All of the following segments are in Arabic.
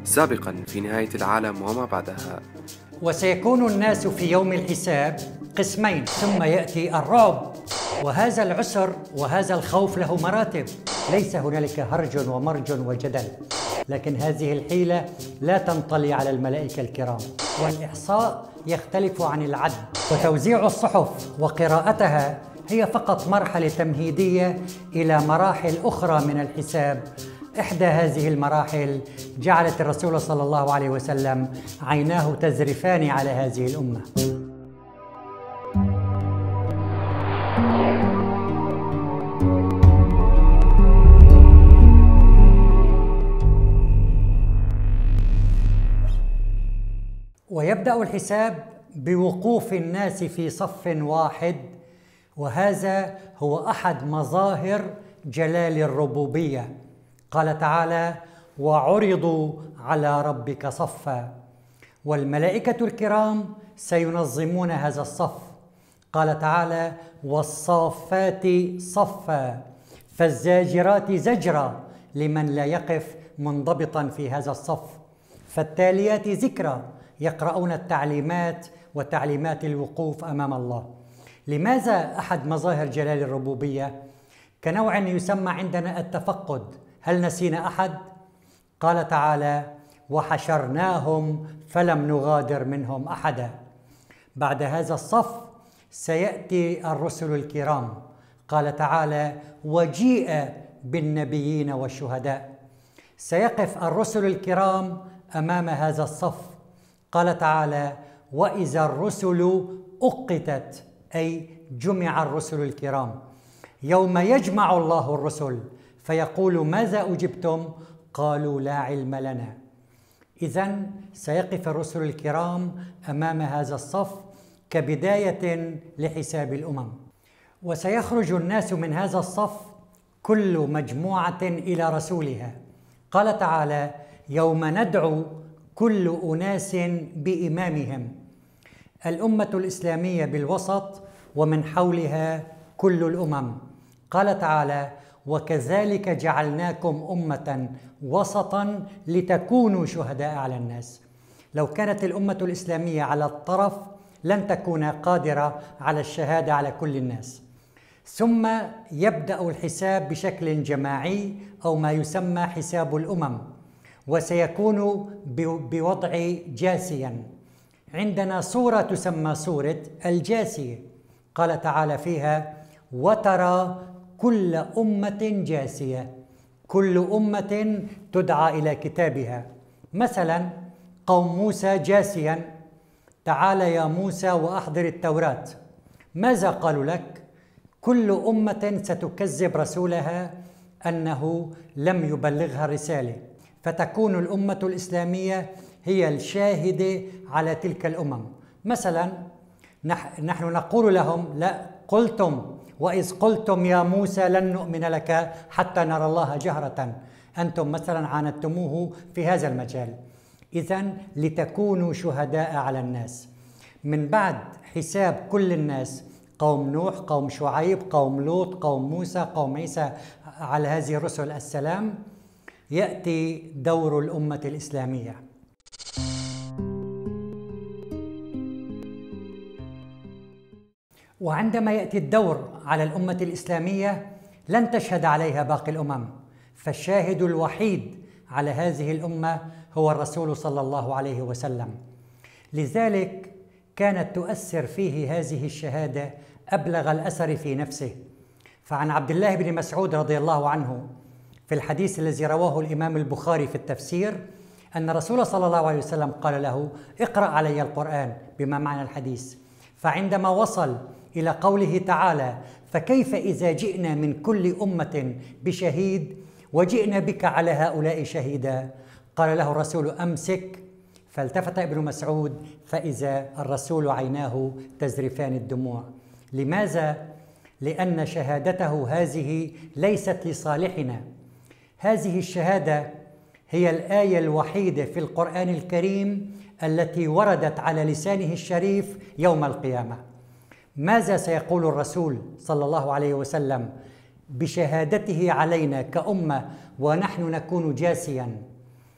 سابقا في نهاية العالم وما بعدها. وسيكون الناس في يوم الحساب قسمين، ثم يأتي الرعب، وهذا العسر وهذا الخوف له مراتب. ليس هنالك هرج ومرج وجدل، لكن هذه الحيلة لا تنطلي على الملائكة الكرام، والإحصاء يختلف عن العد، وتوزيع الصحف وقراءتها هي فقط مرحلة تمهيدية إلى مراحل أخرى من الحساب. إحدى هذه المراحل جعلت الرسول صلى الله عليه وسلم عيناه تزرفان على هذه الأمة. ويبدأ الحساب بوقوف الناس في صف واحد، وهذا هو أحد مظاهر جلال الربوبية. قال تعالى: وعرضوا على ربك صفا، والملائكة الكرام سينظمون هذا الصف. قال تعالى: والصافات صفا، فالزاجرات زجرا، لمن لا يقف منضبطا في هذا الصف، فالتاليات ذكرا، يقرؤون التعليمات وتعليمات الوقوف أمام الله. لماذا أحد مظاهر جلال الربوبية؟ كنوع يسمى عندنا التفقد. هل نسينا أحد؟ قال تعالى: وحشرناهم فلم نغادر منهم أحدا. بعد هذا الصف سيأتي الرسل الكرام. قال تعالى: وجيء بالنبيين والشهداء. سيقف الرسل الكرام أمام هذا الصف. قال تعالى: وإذا الرسل أقتت، أي جمع الرسل الكرام. يوم يجمع الله الرسل فيقول: ماذا أجبتم؟ قالوا: لا علم لنا. إذن سيقف الرسل الكرام أمام هذا الصف كبداية لحساب الأمم، وسيخرج الناس من هذا الصف كل مجموعة إلى رسولها. قال تعالى: يوم ندعو كل أناس بإمامهم. الأمة الإسلامية بالوسط، ومن حولها كل الأمم. قال تعالى: وكذلك جعلناكم أمة وسطا لتكونوا شهداء على الناس. لو كانت الأمة الإسلامية على الطرف لن تكون قادرة على الشهادة على كل الناس. ثم يبدأ الحساب بشكل جماعي، أو ما يسمى حساب الأمم، وسيكون بوضع جاسيا. عندنا صورة تسمى صورة الجاسية. قال تعالى فيها: وترى كل أمة جاسية. كل أمة تدعى إلى كتابها. مثلا قوم موسى جاسيا: تعال يا موسى وأحضر التوراة. ماذا قالوا لك؟ كل أمة ستكذب رسولها أنه لم يبلغها الرسالة، فتكون الأمة الإسلامية هي الشاهدة على تلك الأمم. مثلا نحن نقول لهم: لا، قلتم، وإذ قلتم يا موسى لن نؤمن لك حتى نرى الله جهرة. أنتم مثلا عاندتموه في هذا المجال. إذن لتكونوا شهداء على الناس. من بعد حساب كل الناس، قوم نوح، قوم شعيب، قوم لوط، قوم موسى، قوم عيسى، على هذه الرسل السلام، يأتي دور الأمة الإسلامية. وعندما يأتي الدور على الأمة الإسلامية لن تشهد عليها باقي الأمم، فالشاهد الوحيد على هذه الأمة هو الرسول صلى الله عليه وسلم. لذلك كانت تؤثر فيه هذه الشهادة أبلغ الأثر في نفسه. فعن عبد الله بن مسعود رضي الله عنه في الحديث الذي رواه الإمام البخاري في التفسير أن الرسول صلى الله عليه وسلم قال له: اقرأ علي القرآن، بما معنى الحديث. فعندما وصل إلى قوله تعالى: فكيف إذا جئنا من كل أمة بشهيد وجئنا بك على هؤلاء شهيدا، قال له الرسول: أمسك. فالتفت ابن مسعود فإذا الرسول عيناه تزرفان الدموع. لماذا؟ لأن شهادته هذه ليست لصالحنا. هذه الشهادة هي الآية الوحيدة في القرآن الكريم التي وردت على لسانه الشريف يوم القيامة. ماذا سيقول الرسول صلى الله عليه وسلم بشهادته علينا كأمة ونحن نكون جاسيا؟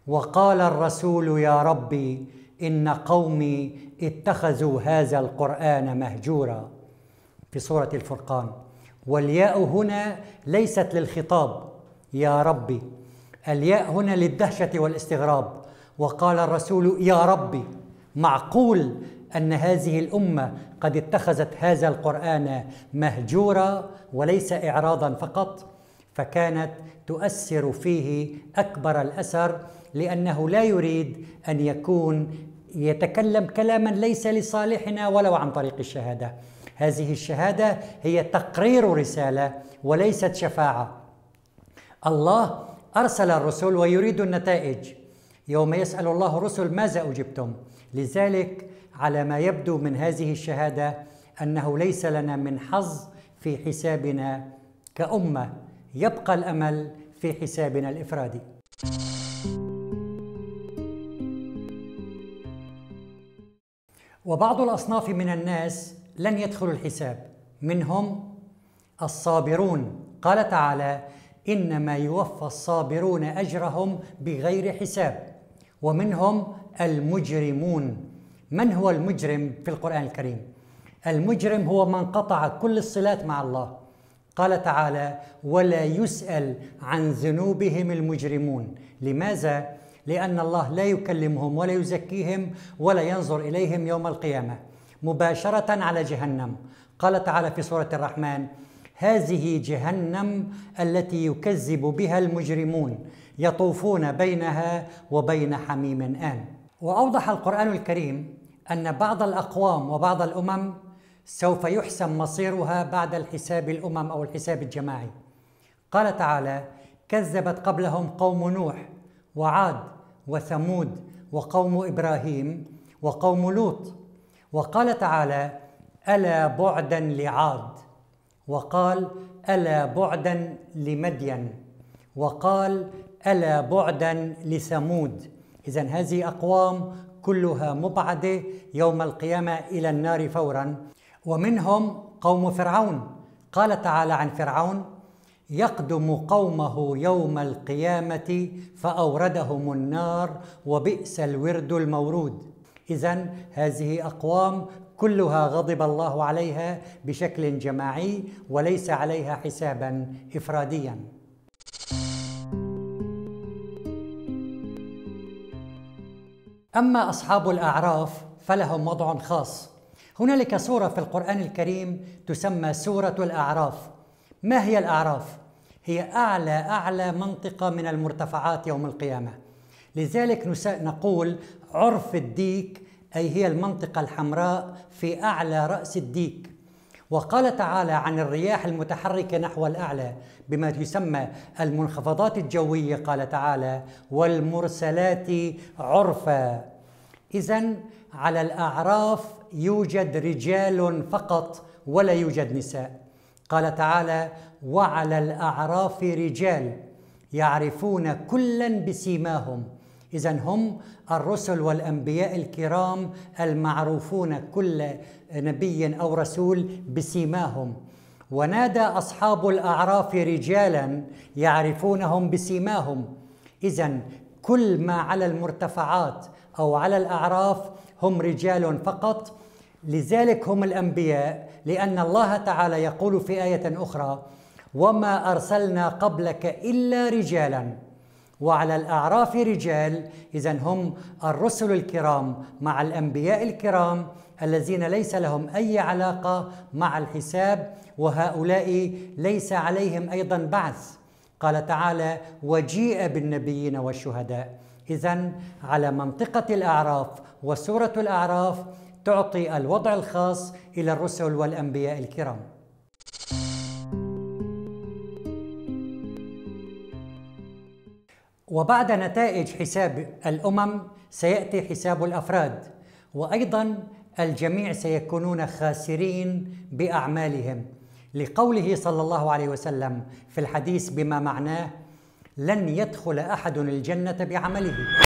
وقال الرسول يا ربي إن قومي اتخذوا هذا القرآن مهجورا في سورة الفرقان. والياء هنا ليست للخطاب يا ربي، الياء هنا للدهشة والاستغراب. وقال الرسول يا ربي، معقول أن هذه الأمة قد اتخذت هذا القرآن مهجورا وليس إعراضا فقط؟ فكانت تؤثر فيه أكبر الأثر، لأنه لا يريد أن يتكلم كلاما ليس لصالحنا ولو عن طريق الشهادة. هذه الشهادة هي تقرير رسالة وليست شفاعة. الله أرسل الرسل ويريد النتائج. يوم يسأل الله الرسل ماذا أجبتم؟ لذلك على ما يبدو من هذه الشهادة أنه ليس لنا من حظ في حسابنا كأمة، يبقى الأمل في حسابنا الإفرادي. وبعض الأصناف من الناس لن يدخلوا الحساب، منهم الصابرون. قال تعالى إنما يوفى الصابرون أجرهم بغير حساب. ومنهم المجرمون. من هو المجرم في القرآن الكريم؟ المجرم هو من قطع كل الصلات مع الله. قال تعالى ولا يسأل عن ذنوبهم المجرمون. لماذا؟ لأن الله لا يكلمهم ولا يزكيهم ولا ينظر إليهم يوم القيامة، مباشرة على جهنم. قال تعالى في سورة الرحمن هذه جهنم التي يكذب بها المجرمون يطوفون بينها وبين حميم آن. وأوضح القرآن الكريم أن بعض الأقوام وبعض الأمم سوف يحسم مصيرها بعد الحساب الأمم أو الحساب الجماعي. قال تعالى كذبت قبلهم قوم نوح وعاد وثمود وقوم إبراهيم وقوم لوط. وقال تعالى ألا بعدا لعاد، وقال ألا بعدا لمدين، وقال ألا بعدا لثمود. إذن هذه أقوام كلها مبعدة يوم القيامة إلى النار فورا. ومنهم قوم فرعون. قال تعالى عن فرعون يقدم قومه يوم القيامة فأوردهم النار وبئس الورد المورود. إذن هذه أقوام كلها غضب الله عليها بشكل جماعي وليس عليها حسابا إفراديا. أما أصحاب الأعراف فلهم وضع خاص. هنالك سورة في القرآن الكريم تسمى سورة الأعراف. ما هي الأعراف؟ هي أعلى منطقة من المرتفعات يوم القيامة. لذلك نقول عرف الديك، أي هي المنطقة الحمراء في أعلى رأس الديك. وقال تعالى عن الرياح المتحركة نحو الأعلى بما يسمى المنخفضات الجوية، قال تعالى والمرسلات عرفا. إذن على الأعراف يوجد رجال فقط ولا يوجد نساء. قال تعالى وعلى الأعراف رجال يعرفون كلا بسيماهم. إذن هم الرسل والأنبياء الكرام المعروفون كل نبي أو رسول بسيماهم. ونادى أصحاب الأعراف رجالا يعرفونهم بسيماهم. إذن كل ما على المرتفعات أو على الأعراف هم رجال فقط. لذلك هم الأنبياء، لأن الله تعالى يقول في آية أخرى وما أرسلنا قبلك إلا رجالا. وعلى الأعراف رجال، إذن هم الرسل الكرام مع الأنبياء الكرام الذين ليس لهم أي علاقة مع الحساب، وهؤلاء ليس عليهم أيضا بعث. قال تعالى وجيء بالنبيين والشهداء. إذن على منطقة الأعراف وسورة الأعراف تعطي الوضع الخاص إلى الرسل والأنبياء الكرام. وبعد نتائج حساب الأمم سيأتي حساب الأفراد، وأيضا الجميع سيكونون خاسرين بأعمالهم، لقوله صلى الله عليه وسلم في الحديث بما معناه لن يدخل أحد الجنة بعمله.